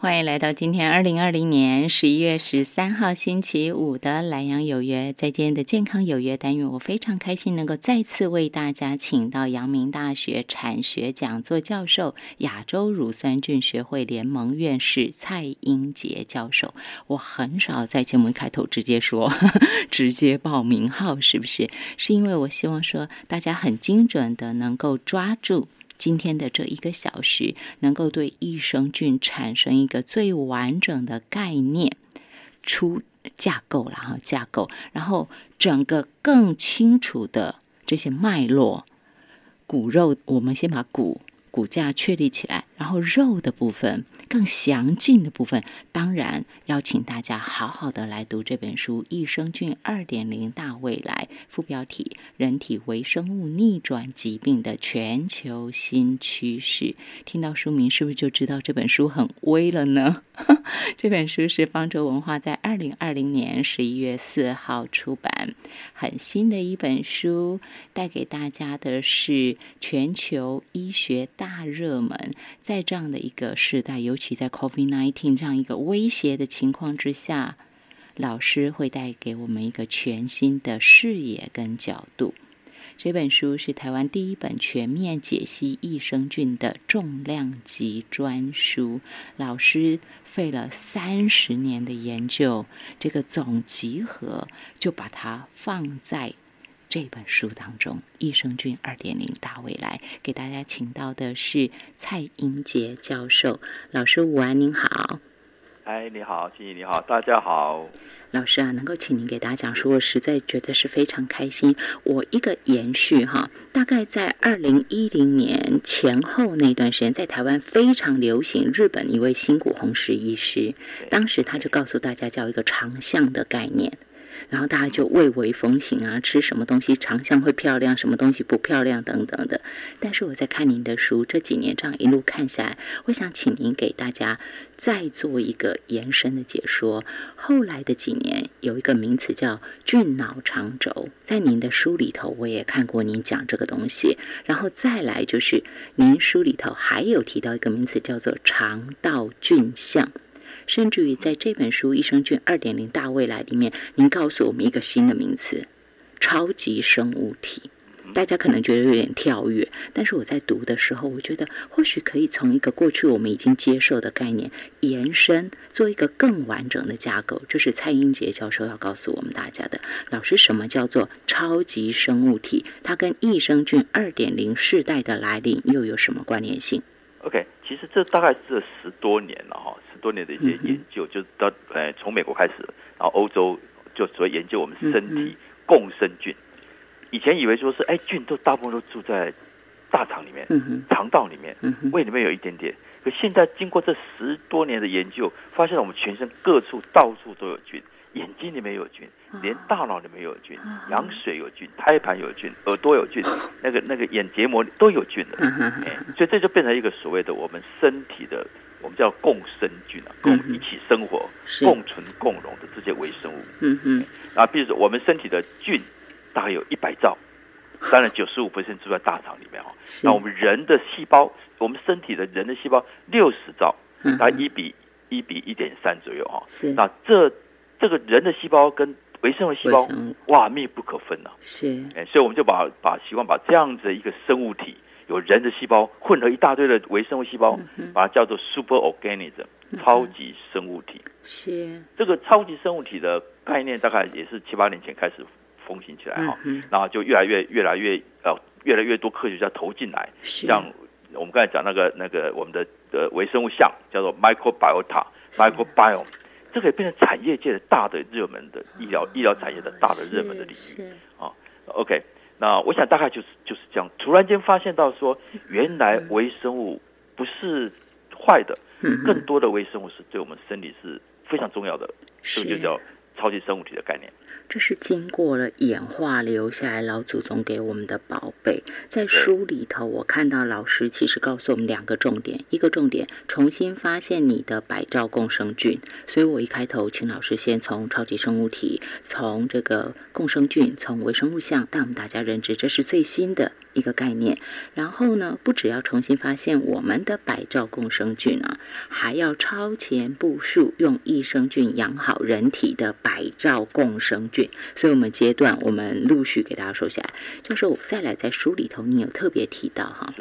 欢迎来到今天2020年11月13号星期五的蓝洋有约。在今天的健康有约单元，我非常开心能够再次为大家请到阳明大学产学讲座教授、亚洲乳酸菌学会联盟院士蔡英杰教授。我很少在节目一开头直接说直接报名号，是不是？是因为我希望说大家很精准的能够抓住今天的这1个小时，能够对益生菌产生一个最完整的概念出架构了架构，然后整个更清楚的这些脉络。骨肉，我们先把骨架确立起来，然后肉的部分更详尽的部分，当然邀请大家好好的来读这本书《益生菌 2.0 大未来》，副标题人体微生物逆转疾病的全球新趋势。听到书名是不是就知道这本书很威了呢？这本书是方舟文化在2020年11月4号出版，很新的一本书，带给大家的是全球医学大热门。在这样的一个时代，尤其在 COVID-19 这样一个威胁的情况之下，老师会带给我们一个全新的视野跟角度。这本书是台湾第1本全面解析益生菌的重量级专书，老师费了30年的研究，这个总集合就把它放在这本书当中，益生菌 2.0 大未来。给大家请到的是蔡英杰教授。老师午安，您好。 哎，你好，欣怡，你好，大家好。 老师啊，能够请您给大家讲述，我实在觉得是非常开心。我一个延续大概在2010年前后那段时间，在台湾非常流行日本一位新谷弘实医师，当时他就告诉大家叫一个长相的概念，然后大家就蔚为风行啊，吃什么东西长相会漂亮，什么东西不漂亮等等的。但是我在看您的书，这几年这样一路看下来，我想请您给大家再做一个延伸的解说。后来的几年有一个名词叫菌脑肠轴，在您的书里头我也看过您讲这个东西。然后再来就是您书里头还有提到一个名词叫做肠道菌相，甚至于在这本书《益生菌 2.0 大未来》里面，您告诉我们一个新的名词——超级生物体。大家可能觉得有点跳跃，但是我在读的时候，我觉得或许可以从一个过去我们已经接受的概念延伸，做一个更完整的架构。就是蔡英杰教授要告诉我们大家的。老师，什么叫做超级生物体？它跟益生菌 2.0 世代的来临又有什么关联性？ OK， 其实这大概是10多年了10多年的一些研究，就是到从美国开始，然后欧洲就主要研究我们身体共生菌。以前以为说是菌都大部分都住在大肠里面、肠道里面、胃里面有一点点，可现在经过这10多年的研究，发现我们全身各处到处都有菌，眼睛里面有菌，连大脑里面有菌，羊水有菌，胎盘有菌，耳朵有菌，那个眼结膜都有菌的。所以这就变成一个所谓的我们身体的，我们叫共生菌跟我们一起生活、共存共荣的这些微生物。那比如说我们身体的菌大概有100兆，当然95%住在大肠里面那我们人的细胞，我们身体的人的细胞60兆，大概1比 1.3左右那这个人的细胞跟微生物细胞哇密不可分所以我们就希望把这样子一个生物体，有人的细胞混合一大堆的微生物细胞，把它叫做 super organism， 超级生物体。这个超级生物体的概念大概也是7、8年前开始风行起来然后就越来越多科学家投进来，像我们刚才讲那个我们的微生物相叫做 microbiome， 这个也变成产业界的大的热门的医疗产业的大的热门的领域OK， 那我想大概就是这样，突然间发现到说，原来微生物不是坏的，更多的微生物是对我们身体是非常重要的，这个就叫超级生物体的概念。 这是经过了演化留下来老祖宗给我们的宝贝。在书里头我看到老师其实告诉我们2个重点，一个重点重新发现你的100兆共生菌，所以我一开头请老师先从超级生物体，从这个共生菌，从微生物相带我们大家认知这是最新的一个概念。然后呢，不只要重新发现我们的百兆共生菌啊，还要超前部署用益生菌养好人体的百兆共生菌。所以我们阶段我们陆续给大家说下来。教授，再来在书里头你有特别提到哈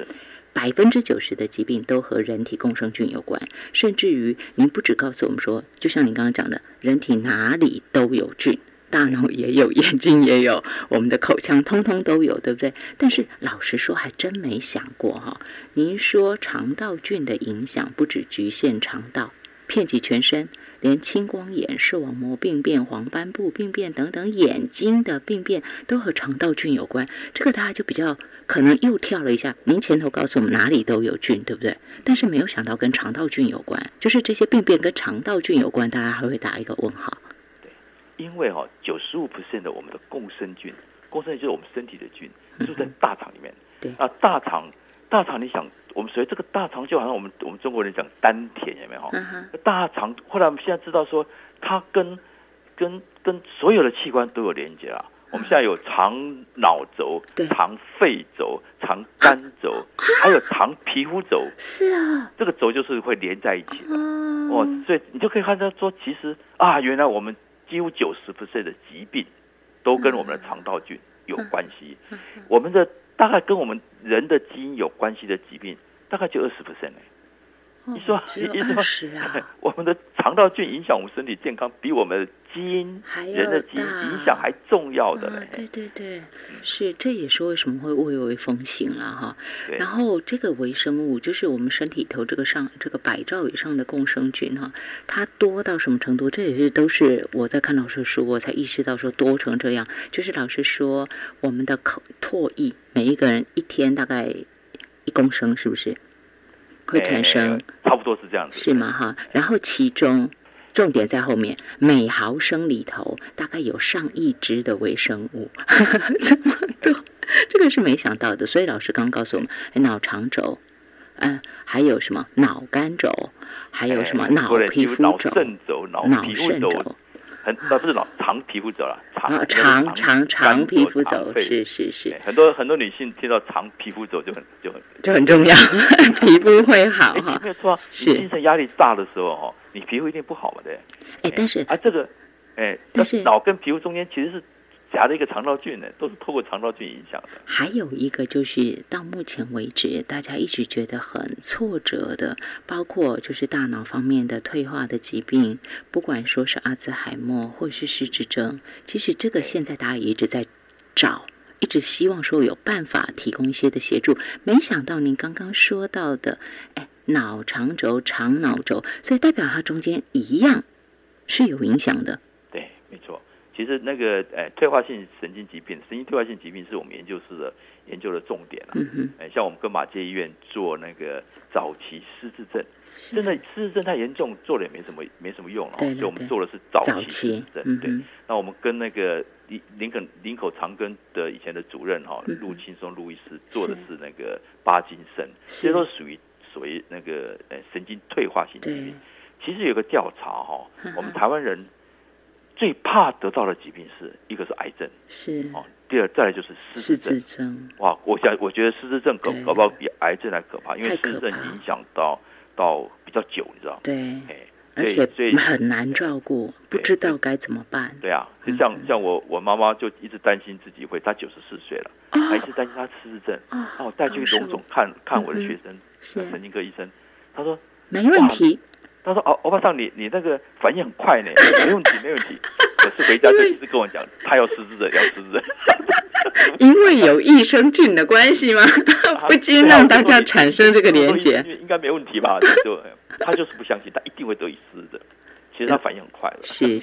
，90%的疾病都和人体共生菌有关，甚至于您不只告诉我们说，就像您刚刚讲的，人体哪里都有菌，大脑也有，眼睛也有，我们的口腔通通都有，对不对？但是老实说，还真没想过哈。您说肠道菌的影响不只局限肠道，遍及全身，连青光眼、视网膜病变、黄斑部病变等等眼睛的病变都和肠道菌有关。这个大家就比较可能又跳了一下，您前头告诉我们哪里都有菌，对不对？但是没有想到跟肠道菌有关，就是这些病变跟肠道菌有关，大家还会打一个问号。 对，因为95% 的我们的共生菌就是我们身体的菌，住在大肠里面。 对啊，大肠，你想，我们所谓这个大肠就好像我们中国人讲丹田，有没有？大肠后来我们现在知道说，它跟所有的器官都有连接啊。我们现在有肠脑轴、肠肺轴、肠肝轴，还有肠皮肤轴。 是啊， 这个轴就是会连在一起的。所以你就可以看到说，其实原来我们几乎90% 的疾病都跟我们的肠道菌有关系。我们的大概跟我们人的基因有关系的疾病，大概就20%呢。你说 20%啊？ 我们的肠道菌影响我们身体健康，比我们的基因人的基因影响还重要的嘞。 对，是，这也是为什么会蔚为风行了哈。然后这个微生物，就是我们身体头这个100兆以上的共生菌哈，它多到什么程度？这也是都是我在看老师的书，我才意识到说多成这样。就是老师说，我们的唾液，每一个人一天大概1公升，是不是？会产生差不多是这样子， 是吗？哈，然后其中重点在后面，每毫升里头大概有上亿只的微生物，这么多，这个是没想到的。所以老师刚告诉我们，脑肠轴，还有什么脑干轴，还有什么脑皮肤轴、 脑肾轴、脑皮肤轴。不是肠皮肤轴啦， 肠皮肤轴是。 很多女性听到肠皮肤轴就很重要，皮肤会好哈。 没有错，你精神压力大的时候你皮肤一定不好嘛，对。 但是这个但是脑跟皮肤中间其实是夹的一个肠道菌呢，都是透过肠道菌影响的。 还有一个就是到目前为止大家一直觉得很挫折的，包括就是大脑方面的退化的疾病，不管说是阿兹海默或是失智症，其实这个现在大家也一直在找，一直希望说有办法提供一些的协助。没想到您刚刚说到的脑肠轴、肠脑轴，所以代表它中间一样是有影响的。 对，没错。其实那个退化性神经疾病，神经退化性疾病是我们研究室的研究的重点啊。像我们跟马偕医院做那个早期失智症，真的失智症太严重，做了也没什么用了，所以我们做的是早期失智症。对，那我们跟那个林口长庚的以前的主任陆轻松陆医师做的是那个巴金森，这都属于所谓那个神经退化性疾病。其实有个调查我们台湾人最怕得到的疾病是一个是癌症， 是第二再来就是失智症。哇，我觉得失智症搞不好比癌症还可怕，因为失智症影响到比较久，你知道吗？ 对，而且很难照顾，不知道该怎么办。 对啊，就像我妈妈就一直担心自己她94岁了，她一直担心她失智症。我带去荣总看我的学生，神经科医生，他说没问题。 他说欧巴桑，你那个反应很快呢，没问题。可是回家就一直跟我讲，他要失智症。 因为有益生菌的关系吗？不禁让大家产生这个连结。 应该没问题吧？他就是不相信，他一定会得以失智症。其实他反应很快了。 是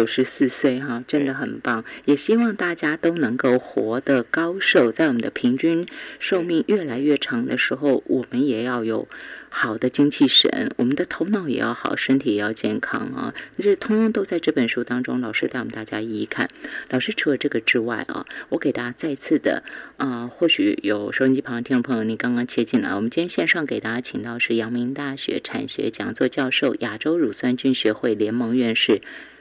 94岁哈，真的很棒。也希望大家都能够活得高寿，在我们的平均寿命越来越长的时候，我们也要有好的精气神，我们的头脑也要好，身体也要健康啊！这通通都在这本书当中，老师带我们大家一一看。老师除了这个之外我给大家再次的或许有收音机旁的听众朋友，你刚刚切进来，我们今天线上给大家请到是阳明大学产学讲座教授、亚洲乳酸菌学会联盟院士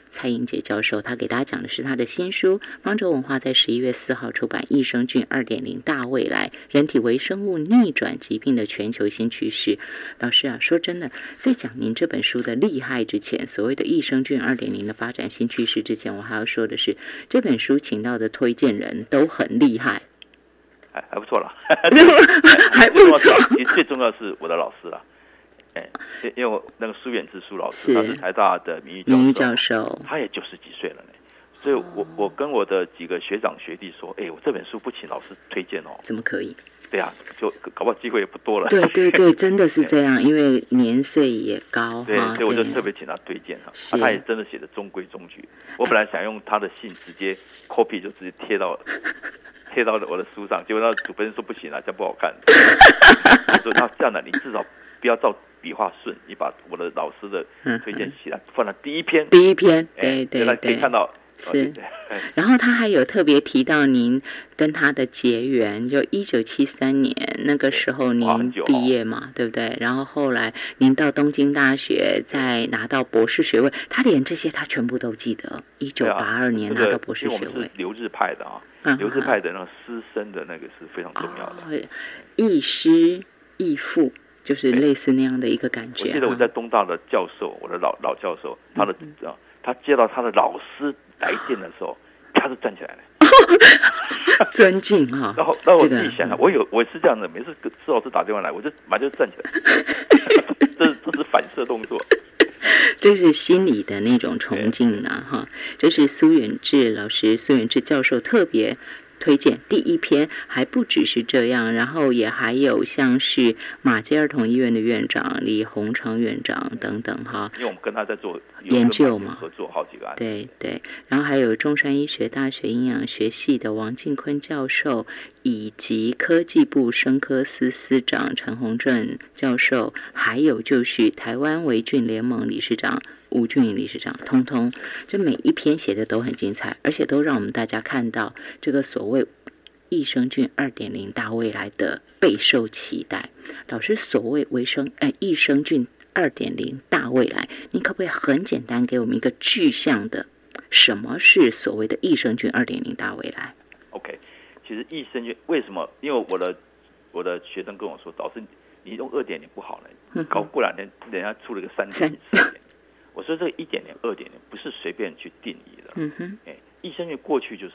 蔡英杰教授，他给大家讲的是他的新书，方舟文化在11月4号出版《益生菌 2.0 大未来：人体微生物逆转疾病的全球新趋势》。老师啊，说真的，在讲您这本书的厉害之前，所谓的益生菌 2.0 的发展新趋势之前，我还要说的是，这本书请到的推荐人都很厉害。 还不错啦， 还不错。 其实最重要是我的老师啦，因为我那个苏远之苏老师，他是台大的名誉教授，他也90几岁了呢。所以我跟我的几个学长学弟说，我这本书不请老师推荐哦， 怎么可以？ 对啊，就搞不好机会也不多了。 对对对，真的是这样，因为年岁也高， 对，所以我就特别请他推荐哈。他也真的写的中规中矩。我本来想用他的信直接 copy 就直接贴到我的书上，结果那主编说不行啊，这样不好看。我说那这样的，你至少不要照笔画顺，你把我的老师的推荐写来放在第一篇。 对对对， 可以看到。 是，然后他还有特别提到您跟他的结缘，就1973年那个时候您毕业嘛，对不对？然后后来您到东京大学再拿到博士学位，他连这些他全部都记得。1982年拿到博士学位。 因为我们是留日派的啊，留日派的那个师生的那个是非常重要的。 亦师亦父，就是类似那样的一个感觉。 我记得我在东大的教授，我的老教授，他接到他的老师来电的时候，他就站起来了， 尊敬哈。 然后我自己想，我是这样的，每次施老师打电话来，我就马上就站起来，这是反射动作。 这是心里的那种崇敬啊，哈！这是苏远志老师、苏远志教授特别推荐第一篇，还不只是这样，然后也还有像是马偕儿童医院的院长李鸿昌院长等等哈， 因为我们跟他在做研究嘛， 合作好几个案子。 对对，然后还有中山医学大学营养学系的王进坤教授，以及科技部生科司司长陈宏正教授，还有就是台湾微菌联盟理事长吴俊颖理事长，通通这每一篇写的都很精彩，而且都让我们大家看到这个所谓益生菌 2.0 大未来的备受期待。老师，所谓益生菌 2.0 大未来，您可不可以很简单给我们一个具象的，什么是所谓的益生菌 2.0 大未来 ？OK， 其实益生菌为什么？因为我的学生跟我说，老师你用2.0不好呢，搞过两天人家出了个3.0、4.0。我说这个1.0、2.0不是随便去定义的。益生菌过去就是，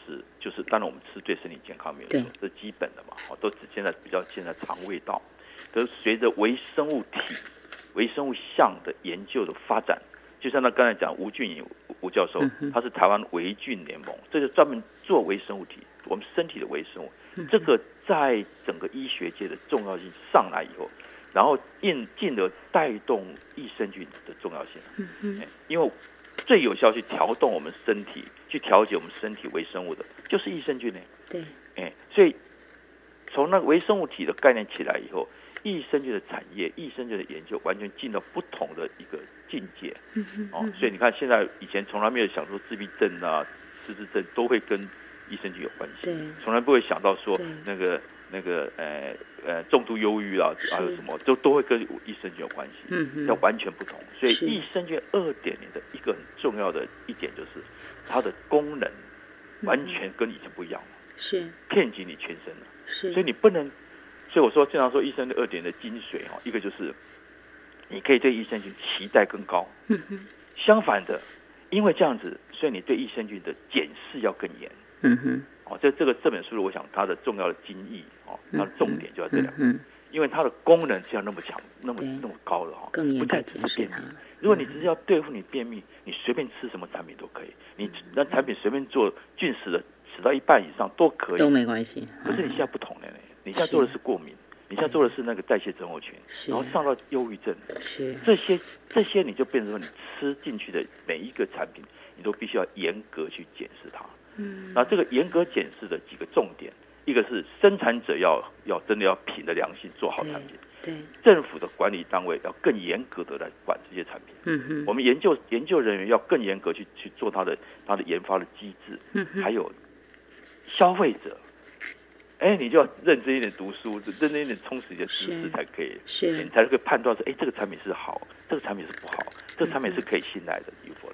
当然我们吃对身体健康没有错，这是基本的嘛，都只比较现在肠胃道。可是随着微生物体、微生物相的研究的发展，就像他刚才讲吴俊颖吴教授，他是台湾微菌联盟，这就专门做微生物体，我们身体的微生物。这个在整个医学界的重要性上来以后，然后进而带动益生菌的重要性。因为最有效去调动我们身体、去调节我们身体微生物的，就是益生菌呢。 对， 所以从那个微生物体的概念起来以后，益生菌的产业、益生菌的研究完全进到不同的一个境界。所以你看，现在以前从来没有想说自闭症啊、失智症都会跟益生菌有关系，从来不会想到说那个重度忧郁啊，还有什么都会跟益生菌有关系，要完全不同。所以益生菌 2.0 的一个很重要的一点就是它的功能完全跟以前不一样了， 是遍及你全身了。 是， 所以你不能，所以我说经常说益生菌 2.0 的精髓一个就是你可以对益生菌期待更高，相反的，因为这样子，所以你对益生菌的检视要更严。这本书我想它的重要的精义它的重点就在这两个，因为它的功能是要那么强、那么高的不太只是便秘。如果你只是要对付你便秘，你随便吃什么产品都可以，你那产品随便做菌死的死到一半以上都可以， 都没关系。 可是你现在不同了呢，你现在做的是过敏，你现在做的是那个代谢症候群，然后上到忧郁症，这些你就变成说你吃进去的每一个产品，你都必须要严格去检视它。那这个严格检视的几个重点，一个是生产者要真的要凭着良心做好产品， 对， 政府的管理单位要更严格的来管这些产品，我们研究人员要更严格去做它的研发的机制，还有消费者，你就要认真一点读书，认真一点充实你的知识才可以，你才可以判断说，这个产品是好，这个产品是不好，这个产品是可以信赖的，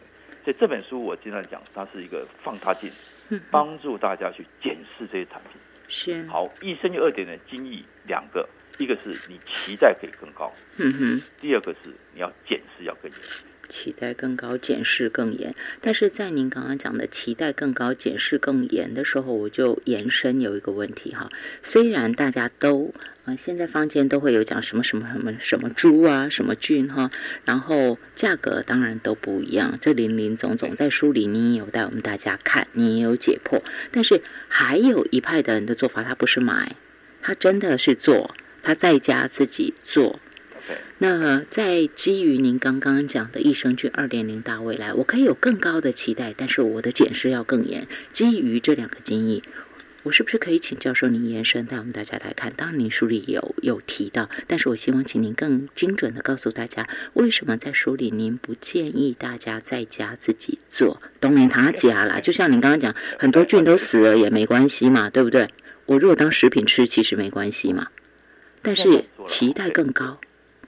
所以这本书我经常讲，它是一个放大镜，帮助大家去检视这些产品。 是好，益生菌2.0的精益2个，一个是你期待可以更高，第二个是你要检视要更严。 期待更高，检视更严。但是在您刚刚讲的期待更高、检视更严的时候，我就延伸有一个问题哈。虽然大家都现在坊间都会有讲什么什么什么什么猪啊、什么菌哈，然后价格当然都不一样，这林林总总，在书里你也有带我们大家看，你也有解剖。但是还有一派的人的做法，他不是买，他真的是做，他在家自己做。那在基于您刚刚讲的益生菌2.0大未来，我可以有更高的期待，但是我的检视要更严。基于这2个精益，我是不是可以请教授您延伸带我们大家来看？当然您书里有提到，但是我希望请您更精准的告诉大家，为什么在书里您不建议大家在家自己做？当然他家啦，就像您刚刚讲，很多菌都死了也没关系嘛，对不对？我如果当食品吃，其实没关系嘛，但是期待更高。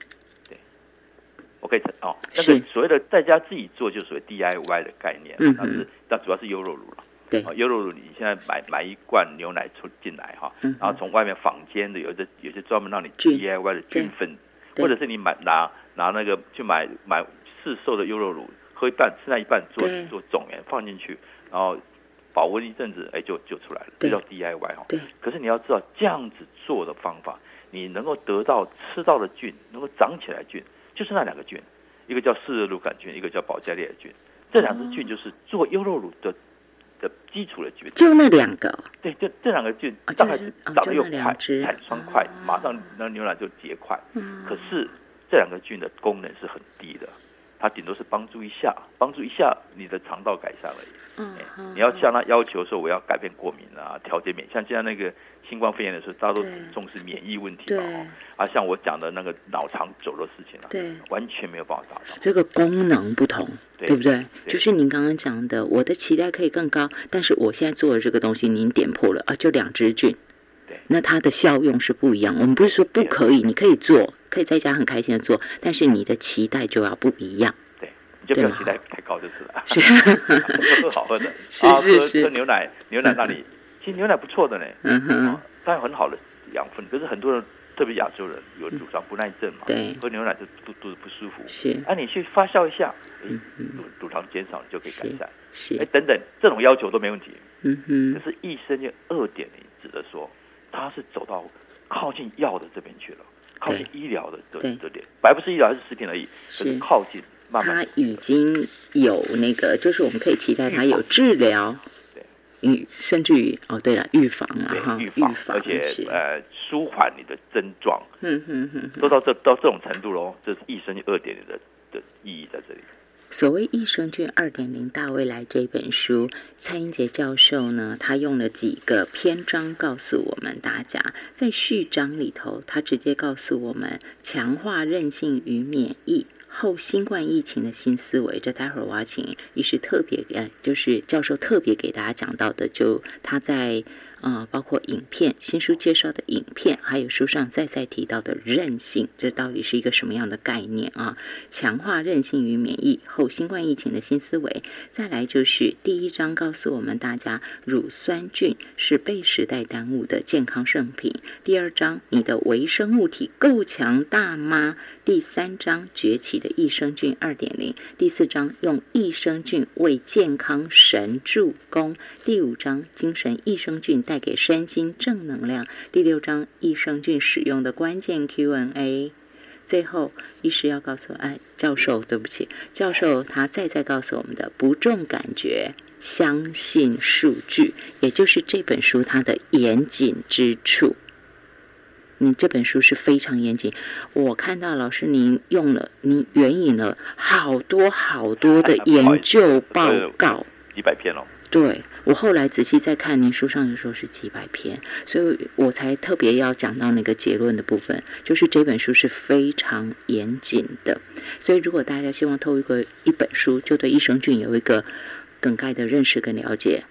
我可以那个所谓的在家自己做，就所谓 DIY 的概念，那主要是优酪乳了。对，优酪乳你现在买一罐牛奶进来哈，然后从外面坊间的有些专门让你 DIY 的菌粉，或者是你拿那个去买市售的优酪乳，喝一半，吃那一半做种源放进去，然后保温一阵子，就出来了，这叫 DIY 哈。对。可是你要知道，这样子做的方法，你能够得到吃到的菌，能够长起来的菌。就是那2个菌，一个叫嗜热乳杆菌，一个叫保加利亚菌。这2只菌就是做优酪乳的基础的菌。 就那2个。对， 就这2个菌，大概长得又快，产酸快，马上那牛奶就结块。可是这2个菌的功能是很低的，它顶多是帮助一下你的肠道改善而已。你要向他要求说我要改变过敏啊，调节免疫，像现在那个新冠肺炎的时候，大家都重视免疫问题嘛，像我讲的那个脑肠轴的事情完全没有办法达到。 这个功能不同，对不对？就是您刚刚讲的，我的期待可以更高，但是我现在做的这个东西，您点破了就2只菌，那它的效用是不一样。我们不是说不可以，你可以做，可以在家很开心的做，但是你的期待就要不一样。 你就不要期待太高就是了。是，喝好喝的，喝牛奶那里，其实牛奶不错的呢。当然很好的养分，可是很多人，特别亚洲人有乳糖不耐症嘛，喝牛奶就肚子不舒服。是，你去发酵一下，乳糖减少，你就可以改善。是，等等，这种要求都没问题。可是益生菌2.0指的说，它是走到靠近药的这边去了，靠近医疗的点，白不是医疗，还是食品而已，可是靠近。它已经有那个，就是我们可以期待它有治疗，甚至于对了，预防啊，预防， 而且舒缓你的症状，都到这种程度喽。这是益生菌2.0的意义在这里。 所谓益生菌2.0大未来这本书，蔡英杰教授呢，他用了几个篇章告诉我们大家，在序章里头，他直接告诉我们强化韧性与免疫。后新冠疫情的新思维，这待会儿我要请医师特别就是教授特别给大家讲到的，就他在包括影片新书介绍的影片，还有书上再提到的韧性，这到底是一个什么样的概念啊？强化韧性与免疫后新冠疫情的新思维。再来就是第1章告诉我们大家，乳酸菌是被时代耽误的健康圣品。第2章，你的微生物体够强大吗？第3章，崛起的益生菌2.0。第4章，用益生菌为健康神助攻。第5章，精神益生菌带给身心正能量。第6章，益生菌使用的关键 Q&A。最后，医师要告诉教授他再告诉我们的，不重感觉，相信数据，也就是这本书它的严谨之处。这本书是非常严谨，我看到老师您援引了好多的研究报告， 几百篇了。 对，我后来仔细再看您书上的说是几百篇，所以我才特别要讲到那个结论的部分，就是这本书是非常严谨的。所以如果大家希望透过一本书就对益生菌有一个更概的认识跟了解，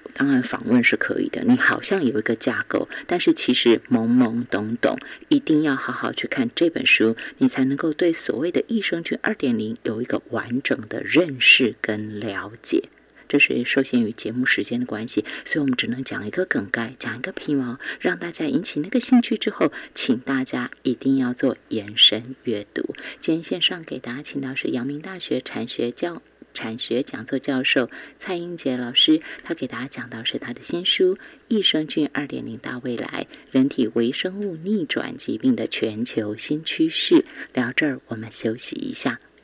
当然访问是可以的，你好像有一个架构，但是其实懵懵懂懂，一定要好好去看这本书，你才能够对所谓的益生菌 2.0 有一个完整的认识跟了解。这是受限于节目时间的关系，所以我们只能讲一个梗概，讲一个皮毛，让大家引起那个兴趣之后，请大家一定要做延伸阅读。今天线上给大家请到是阳明大学产学讲座教授蔡英杰老师，他给大家讲到是他的新书《益生菌 2.0 大未来：人体微生物逆转疾病的全球新趋势》。聊这儿我们休息一下，